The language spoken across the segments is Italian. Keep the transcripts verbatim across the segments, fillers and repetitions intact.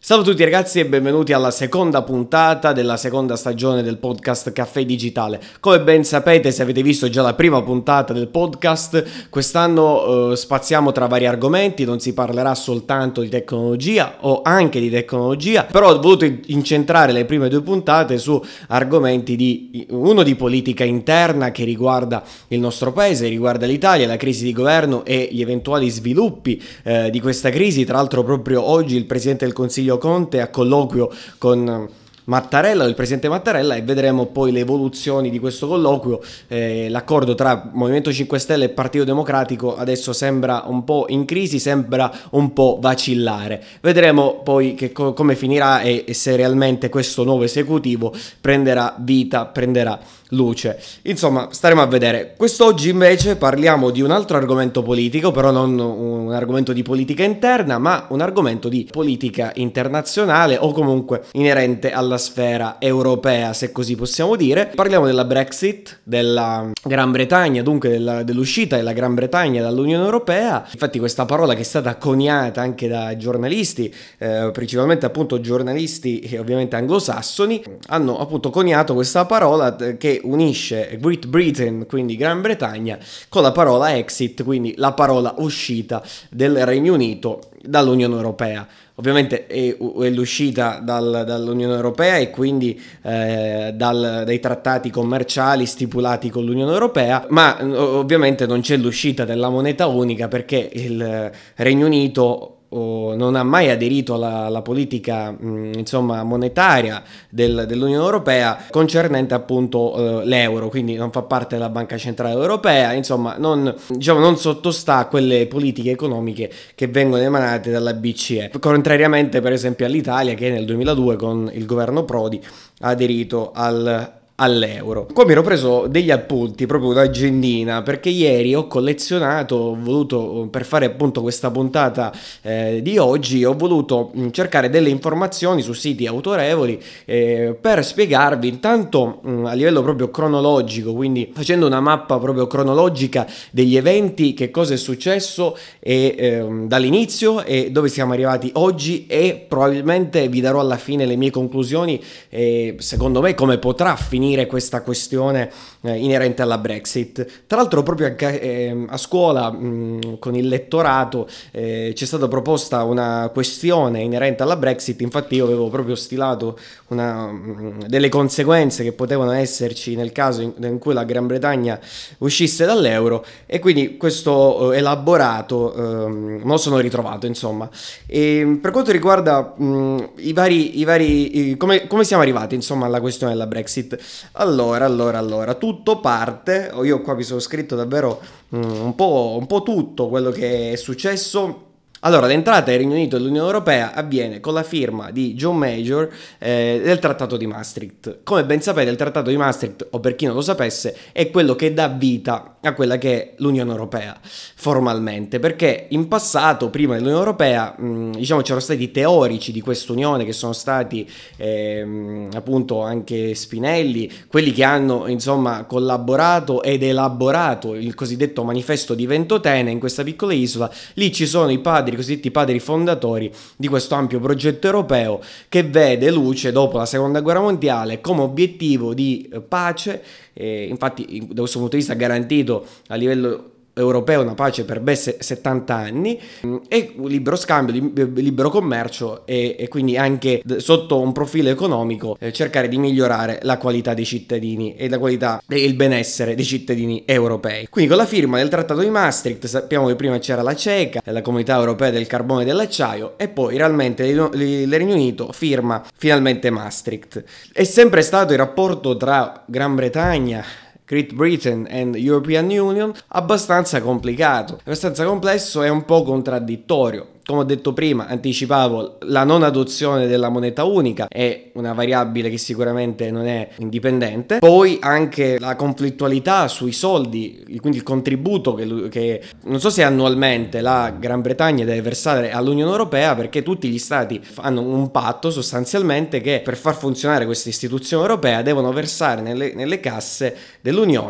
Salve a tutti ragazzi e benvenuti alla seconda puntata della seconda stagione del podcast Caffè Digitale. Come ben sapete, se avete visto già la prima puntata del podcast, quest'anno eh, spaziamo tra vari argomenti, non si parlerà soltanto di tecnologia o anche di tecnologia, però ho voluto incentrare le prime due puntate su argomenti di uno di politica interna che riguarda il nostro paese, riguarda l'Italia, la crisi di governo e gli eventuali sviluppi eh, di questa crisi. Tra l'altro proprio oggi il Presidente del Consiglio Conte a colloquio con Mattarella, il presidente Mattarella, e vedremo poi le evoluzioni di questo colloquio. Eh, l'accordo tra Movimento cinque Stelle e Partito Democratico adesso sembra un po' in crisi, sembra un po' vacillare. Vedremo poi che co- come finirà e, e se realmente questo nuovo esecutivo prenderà vita, prenderà luce. Insomma, staremo a vedere. Quest'oggi invece parliamo di un altro argomento politico, però non un argomento di politica interna, ma un argomento di politica internazionale o comunque inerente alla sfera europea, se così possiamo dire. Parliamo della Brexit, della Gran Bretagna, dunque della, dell'uscita della Gran Bretagna dall'Unione Europea. Infatti questa parola che è stata coniata anche da giornalisti, eh, principalmente appunto giornalisti eh, ovviamente anglosassoni, hanno appunto coniato questa parola che unisce Great Britain, quindi Gran Bretagna, con la parola exit, quindi la parola uscita del Regno Unito dall'Unione Europea. Ovviamente è, è l'uscita dal, dall'Unione Europea e quindi eh, dal, dai trattati commerciali stipulati con l'Unione Europea, ma ovviamente non c'è l'uscita della moneta unica perché il Regno Unito non ha mai aderito alla, alla politica mh, insomma monetaria del, dell'Unione Europea concernente appunto eh, l'euro, quindi non fa parte della Banca Centrale Europea, insomma non, diciamo, non sottostà a quelle politiche economiche che vengono emanate dalla B C E, contrariamente per esempio all'Italia che nel duemiladue con il governo Prodi ha aderito al all'euro. Qua mi ero preso degli appunti, proprio un'agendina, perché ieri ho collezionato, ho voluto, per fare appunto questa puntata eh, di oggi, ho voluto mh, cercare delle informazioni su siti autorevoli eh, per spiegarvi intanto mh, a livello proprio cronologico, quindi facendo una mappa proprio cronologica degli eventi, che cosa è successo e, ehm, dall'inizio e dove siamo arrivati oggi, e probabilmente vi darò alla fine le mie conclusioni e secondo me come potrà finire questa questione eh, inerente alla Brexit. Tra l'altro proprio a, eh, a scuola mh, con il lettorato eh, c'è stata proposta una questione inerente alla Brexit, infatti io avevo proprio stilato una, mh, delle conseguenze che potevano esserci nel caso in, in cui la Gran Bretagna uscisse dall'euro, e quindi questo eh, elaborato eh, me lo sono ritrovato insomma. E per quanto riguarda mh, i vari, i vari i, come, come siamo arrivati insomma alla questione della Brexit. Allora, allora, allora, tutto parte, io qua mi sono scritto davvero um, un po', un po' tutto quello che è successo. Allora, l'entrata del Regno Unito dell'Unione Europea avviene con la firma di John Major eh, del Trattato di Maastricht. Come ben sapete, il Trattato di Maastricht, o per chi non lo sapesse, è quello che dà vita a quella che è l'Unione Europea, formalmente, perché in passato, prima dell'Unione Europea, mh, diciamo c'erano stati teorici di quest'unione che sono stati eh, appunto anche Spinelli, quelli che hanno insomma collaborato ed elaborato il cosiddetto manifesto di Ventotene in questa piccola isola. Lì ci sono i padri i cosiddetti padri fondatori di questo ampio progetto europeo che vede luce dopo la seconda guerra mondiale come obiettivo di pace, e infatti da questo punto di vista ha garantito a livello europeo una pace per ben settanta anni e un libero scambio, libero commercio e, e quindi anche sotto un profilo economico eh, cercare di migliorare la qualità dei cittadini e la qualità e il benessere dei cittadini europei. Quindi con la firma del Trattato di Maastricht sappiamo che prima c'era la CECA, la Comunità Europea del Carbone e dell'Acciaio, e poi realmente il Regno Unito firma finalmente Maastricht. È sempre stato il rapporto tra Gran Bretagna, Great Britain and European Union abbastanza complicato, abbastanza complesso e un po' contraddittorio. Come ho detto prima, anticipavo, la non adozione della moneta unica è una variabile che sicuramente non è indipendente. Poi anche la conflittualità sui soldi, quindi il contributo che, che non so se annualmente la Gran Bretagna deve versare all'Unione Europea, perché tutti gli stati hanno un patto sostanzialmente che per far funzionare questa istituzione europea devono versare nelle, nelle casse dell'Unione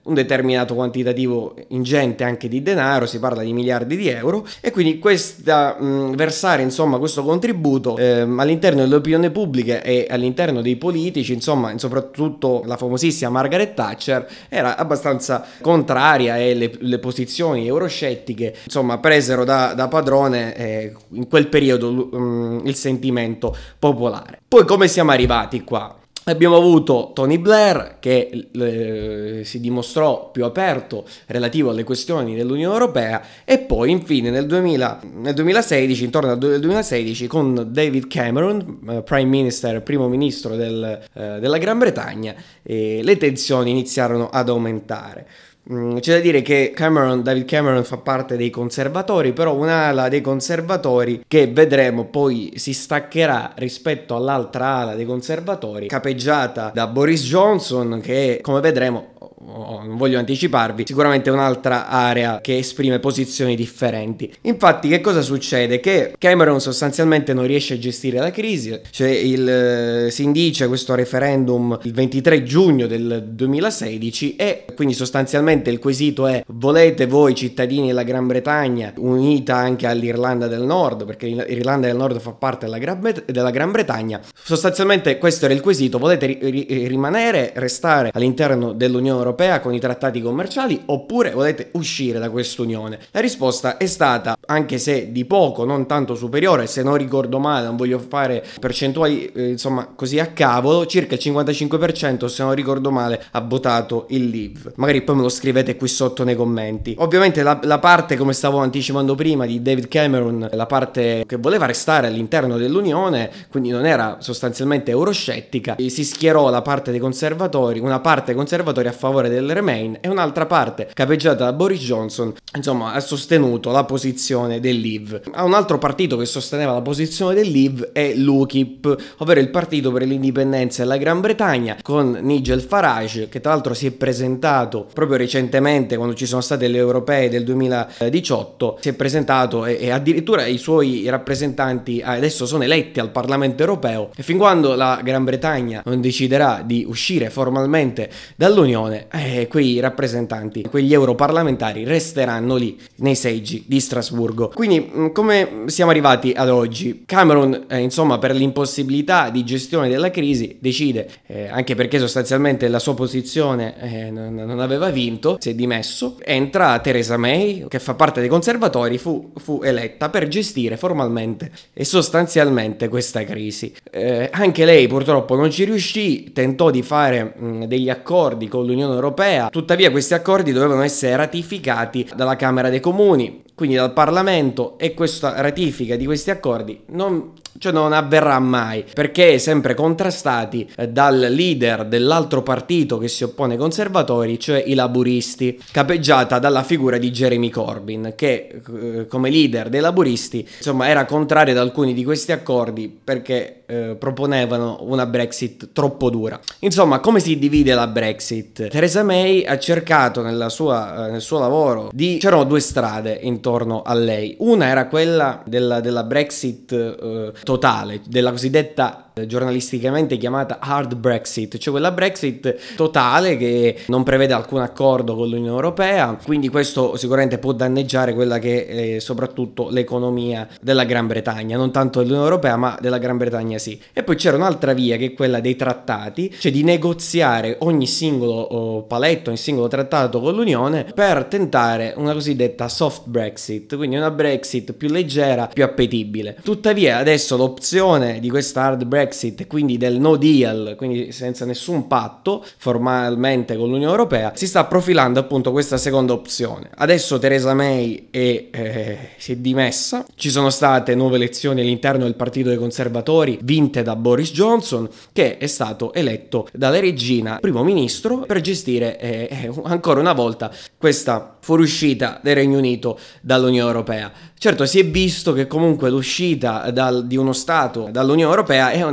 un determinato quantitativo ingente anche di denaro, si parla di miliardi di euro, e quindi questa mh, versare insomma questo contributo ehm, all'interno dell'opinione pubblica e all'interno dei politici, insomma soprattutto la famosissima Margaret Thatcher era abbastanza contraria, e le, le posizioni euroscettiche insomma presero da, da padrone eh, in quel periodo mh, il sentimento popolare. Poi come siamo arrivati qua? Abbiamo avuto Tony Blair che eh, si dimostrò più aperto relativo alle questioni dell'Unione Europea, e poi infine nel, duemila, nel duemilasedici, intorno al duemilasedici, con David Cameron, eh, Prime Minister, primo ministro del, eh, della Gran Bretagna, eh, le tensioni iniziarono ad aumentare. C'è da dire che Cameron, David Cameron fa parte dei conservatori, però un'ala dei conservatori che vedremo poi si staccherà rispetto all'altra ala dei conservatori, capeggiata da Boris Johnson, che come vedremo, non voglio anticiparvi, sicuramente è un'altra area che esprime posizioni differenti. Infatti che cosa succede? Che Cameron sostanzialmente non riesce a gestire la crisi, cioè il, si indice questo referendum il ventitré giugno del duemilasedici, e quindi sostanzialmente il quesito è: volete voi cittadini della Gran Bretagna, unita anche all'Irlanda del Nord, perché l'Irlanda del Nord fa parte della Gran, della Gran Bretagna, sostanzialmente questo era il quesito: volete ri, ri, rimanere, restare all'interno dell'Unione Europea con i trattati commerciali, oppure volete uscire da quest'unione? La risposta è stata, anche se di poco, non tanto superiore, se non ricordo male, non voglio fare percentuali eh, insomma così a cavolo, circa il cinquantacinque per cento, se non ricordo male, ha votato il Leave. Magari poi me lo scrivete qui sotto nei commenti. Ovviamente la, la parte, come stavo anticipando prima, di David Cameron, la parte che voleva restare all'interno dell'Unione, quindi non era sostanzialmente euroscettica, e si schierò la parte dei conservatori, una parte dei conservatori a favore del Remain e un'altra parte capeggiata da Boris Johnson, insomma ha sostenuto la posizione del Leave. A un altro partito che sosteneva la posizione del Leave è l'UKIP, ovvero il partito per l'indipendenza della Gran Bretagna, con Nigel Farage, che tra l'altro si è presentato proprio recentemente quando ci sono state le europee del duemiladiciotto, si è presentato e, e addirittura i suoi rappresentanti adesso sono eletti al Parlamento europeo, e fin quando la Gran Bretagna non deciderà di uscire formalmente dall'Unione, eh, quei rappresentanti, quegli europarlamentari resteranno lì nei seggi di Strasburgo. Quindi mh, come siamo arrivati ad oggi? Cameron eh, insomma per l'impossibilità di gestione della crisi decide, eh, anche perché sostanzialmente la sua posizione eh, non, non aveva vinto, si è dimesso, entra Theresa May, che fa parte dei conservatori, fu, fu eletta per gestire formalmente e sostanzialmente questa crisi. Eh, anche lei purtroppo non ci riuscì, tentò di fare mh, degli accordi con l'Unione Europea, tuttavia questi accordi dovevano essere ratificati dalla Camera dei Comuni, quindi dal Parlamento, e questa ratifica di questi accordi non, cioè non avverrà mai, perché sempre contrastati eh, dal leader dell'altro partito che si oppone ai conservatori, cioè i laburisti, capeggiata dalla figura di Jeremy Corbyn, che eh, come leader dei laburisti insomma era contrario ad alcuni di questi accordi perché eh, proponevano una Brexit troppo dura. Insomma, come si divide la Brexit? Theresa May ha cercato nella sua, eh, nel suo lavoro di... c'erano due strade intorno a lei. Una era quella della, della Brexit eh, totale, della cosiddetta giornalisticamente chiamata hard Brexit, cioè quella Brexit totale che non prevede alcun accordo con l'Unione Europea, quindi questo sicuramente può danneggiare quella che è soprattutto l'economia della Gran Bretagna, non tanto dell'Unione Europea ma della Gran Bretagna sì. E poi c'era un'altra via che è quella dei trattati, cioè di negoziare ogni singolo oh, paletto, ogni singolo trattato con l'Unione per tentare una cosiddetta soft Brexit, quindi una Brexit più leggera, più appetibile. Tuttavia adesso l'opzione di questa hard Brexit, quindi del no deal, quindi senza nessun patto formalmente con l'Unione Europea, si sta profilando appunto questa seconda opzione. Adesso Theresa May è, eh, si è dimessa, ci sono state nuove elezioni all'interno del partito dei conservatori vinte da Boris Johnson, che è stato eletto dalla regina primo ministro per gestire eh, ancora una volta questa fuoriuscita del Regno Unito dall'Unione Europea. Certo, si è visto che comunque l'uscita dal, di uno Stato dall'Unione Europea è una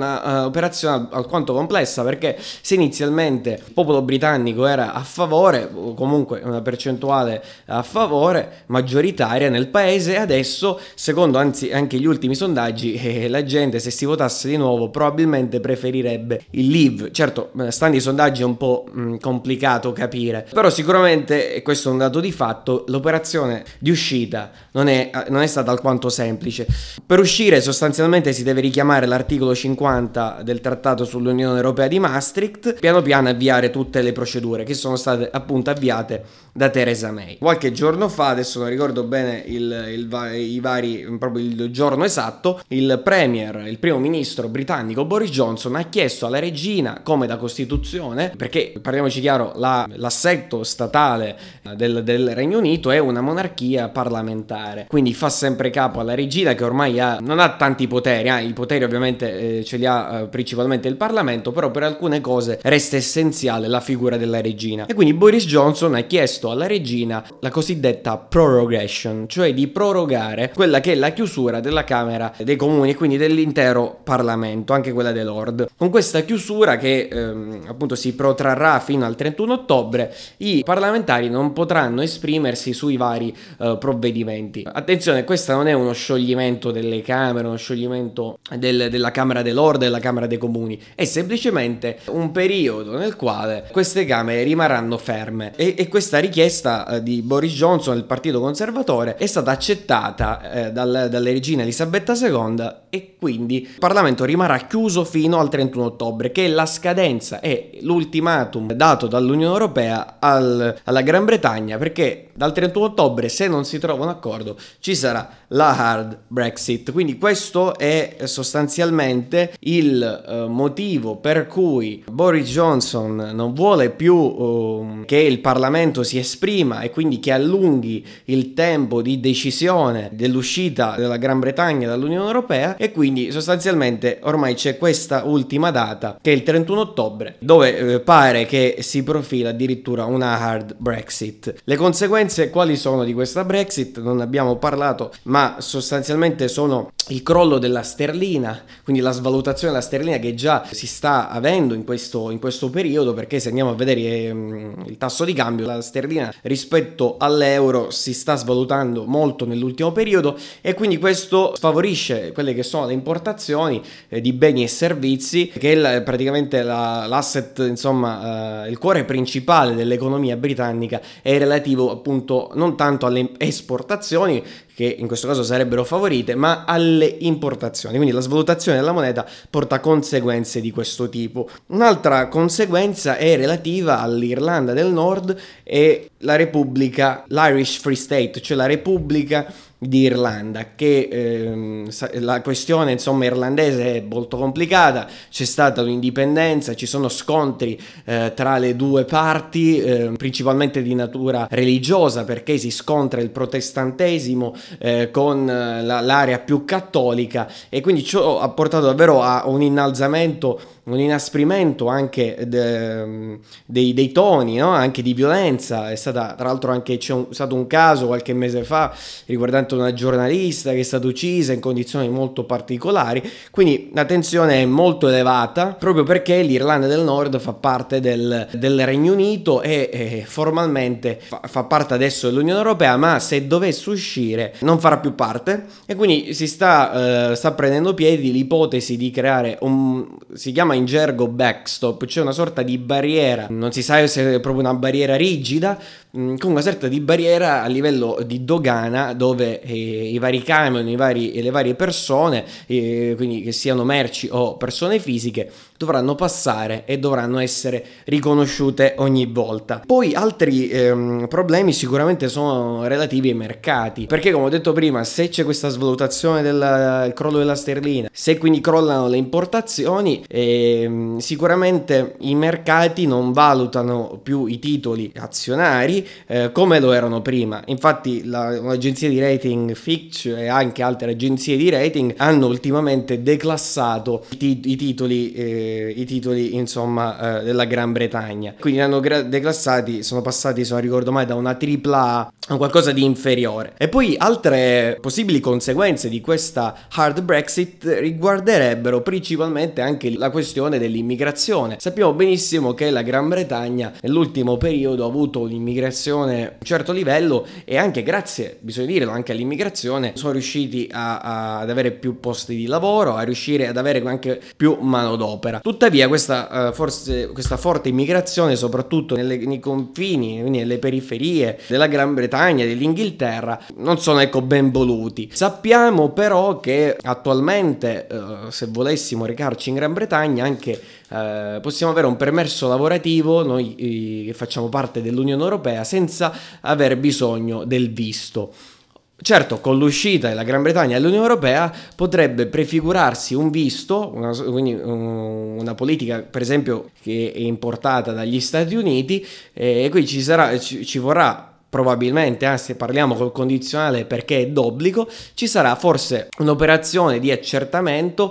una uh, operazione alquanto complessa, perché se inizialmente il popolo britannico era a favore, o comunque una percentuale a favore maggioritaria nel paese, adesso secondo anzi anche gli ultimi sondaggi eh, la gente, se si votasse di nuovo, probabilmente preferirebbe il Leave. Certo, stando ai sondaggi è un po' mh, complicato capire, però sicuramente, e questo è un dato di fatto, l'operazione di uscita non è, non è stata alquanto semplice. Per uscire sostanzialmente si deve richiamare l'articolo cinquanta del trattato sull'Unione Europea di Maastricht, piano piano avviare tutte le procedure che sono state appunto avviate da Theresa May. Qualche giorno fa, adesso non ricordo bene il, il, i vari, proprio il giorno esatto, il premier, il primo ministro britannico Boris Johnson ha chiesto alla regina, come da Costituzione, perché parliamoci chiaro, la, l'assetto statale del, del Regno Unito è una monarchia parlamentare, quindi fa sempre capo alla regina, che ormai ha, non ha tanti poteri, eh, i poteri ovviamente eh, ce li ha eh, principalmente il Parlamento, però per alcune cose resta essenziale la figura della regina, e quindi Boris Johnson ha chiesto alla regina la cosiddetta prorogation, cioè di prorogare quella che è la chiusura della Camera dei Comuni e quindi dell'intero Parlamento, anche quella dei Lord. Con questa chiusura, che ehm, appunto si protrarrà fino al trentuno ottobre, i parlamentari non potranno esprimersi sui vari eh, provvedimenti. Attenzione, questo non è uno scioglimento delle Camere, uno scioglimento del, della Camera dei Lord e della Camera dei Comuni, è semplicemente un periodo nel quale queste Camere rimarranno ferme, e, e questa richiesta eh, di Boris Johnson, del Partito Conservatore, è stata accettata eh, dal, dalla regina Elisabetta seconda, e quindi il Parlamento rimarrà chiuso fino al trentuno ottobre, che è la scadenza e l'ultimatum dato dall'Unione Europea al, alla Gran Bretagna, perché dal trentuno ottobre, se non si trova un accordo, ci sarà la hard Brexit. Quindi questo è sostanzialmente il uh, motivo per cui Boris Johnson non vuole più uh, che il Parlamento si esprima, e quindi che allunghi il tempo di decisione dell'uscita della Gran Bretagna dall'Unione Europea, e quindi sostanzialmente ormai c'è questa ultima data, che è il trentuno ottobre, dove eh, pare che si profila addirittura una hard Brexit. Le conseguenze quali sono di questa Brexit? Non abbiamo parlato, ma sostanzialmente sono il crollo della sterlina, quindi la svalutazione della sterlina che già si sta avendo in questo, in questo periodo, perché se andiamo a vedere eh, il tasso di cambio, la sterlina rispetto all'euro si sta svalutando molto nell'ultimo periodo, e quindi questo favorisce quelle che sono le importazioni eh, di beni e servizi, che è la, praticamente la, l'asset, insomma eh, il cuore principale dell'economia britannica, è relativo appunto non tanto alle esportazioni, che in questo caso sarebbero favorite, ma alle importazioni. Quindi la svalutazione della moneta porta conseguenze di questo tipo. Un'altra conseguenza è relativa all'Irlanda del Nord e la Repubblica, l'Irish Free State, cioè la Repubblica di Irlanda, che ehm, la questione insomma irlandese è molto complicata, c'è stata un'indipendenza, ci sono scontri eh, tra le due parti, eh, principalmente di natura religiosa, perché si scontra il protestantesimo eh, con la, l'area più cattolica, e quindi ciò ha portato davvero a un innalzamento, un inasprimento anche de, dei, dei toni, no? Anche di violenza. È stata, tra l'altro, anche c'è un, stato un caso qualche mese fa riguardante una giornalista che è stata uccisa in condizioni molto particolari. Quindi la tensione è molto elevata, proprio perché l'Irlanda del Nord fa parte del, del Regno Unito e, e formalmente fa, fa parte adesso dell'Unione Europea, ma se dovesse uscire non farà più parte, e quindi si sta, eh, sta prendendo piedi l'ipotesi di creare un, si chiama in gergo backstop, cioè una sorta di barriera, non si sa se è proprio una barriera rigida, mh, con una sorta di barriera a livello di dogana, dove eh, i vari camion, i vari, e le varie persone, eh, quindi che siano merci o persone fisiche, dovranno passare e dovranno essere riconosciute ogni volta. Poi altri ehm, problemi sicuramente sono relativi ai mercati, perché come ho detto prima, se c'è questa svalutazione del crollo della sterlina, se quindi crollano le importazioni, ehm, sicuramente i mercati non valutano più i titoli azionari, eh, come lo erano prima. Infatti la, un'agenzia di rating Fitch e anche altre agenzie di rating hanno ultimamente declassato i, tit- i titoli eh, i titoli insomma eh, della Gran Bretagna, quindi hanno gra- declassati, sono passati, se non ricordo mai, da una tripla A a qualcosa di inferiore. E poi altre possibili conseguenze di questa hard Brexit riguarderebbero principalmente anche la questione dell'immigrazione. Sappiamo benissimo che la Gran Bretagna nell'ultimo periodo ha avuto un'immigrazione a un certo livello e anche grazie, bisogna dirlo, anche all'immigrazione sono riusciti a, a, ad avere più posti di lavoro, a riuscire ad avere anche più manodopera. Tuttavia questa, uh, forse, questa forte immigrazione, soprattutto nelle, nei confini, quindi nelle periferie della Gran Bretagna, dell'Inghilterra, non sono ecco ben voluti. Sappiamo però che attualmente uh, se volessimo recarci in Gran Bretagna anche uh, possiamo avere un permesso lavorativo noi eh, che facciamo parte dell'Unione Europea senza aver bisogno del visto. Certo, con l'uscita della Gran Bretagna dall'Unione Europea potrebbe prefigurarsi un visto, una, quindi um, una politica per esempio che è importata dagli Stati Uniti, e qui ci sarà, ci, ci vorrà probabilmente, anzi parliamo col condizionale perché è d'obbligo, ci sarà forse un'operazione di accertamento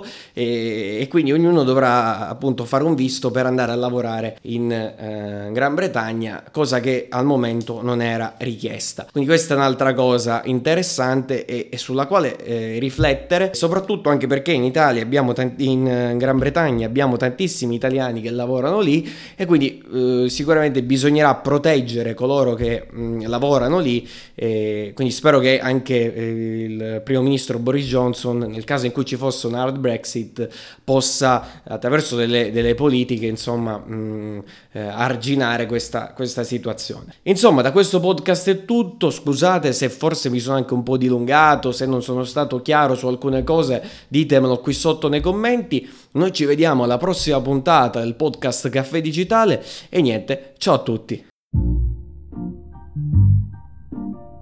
e, e quindi ognuno dovrà appunto fare un visto per andare a lavorare in eh, Gran Bretagna, cosa che al momento non era richiesta. Quindi questa è un'altra cosa interessante e, e sulla quale eh, riflettere, soprattutto anche perché in Italia abbiamo tanti, in eh, Gran Bretagna abbiamo tantissimi italiani che lavorano lì e quindi eh, sicuramente bisognerà proteggere coloro che mh, lavorano lì, e quindi spero che anche eh, il primo ministro Boris Johnson, nel caso in cui ci fosse un hard Brexit, possa attraverso delle, delle politiche insomma mh, eh, arginare questa, questa situazione. Insomma, da questo podcast è tutto. Scusate se forse mi sono anche un po' dilungato, se non sono stato chiaro su alcune cose ditemelo qui sotto nei commenti. Noi ci vediamo alla prossima puntata del podcast Caffè Digitale e niente, ciao a tutti.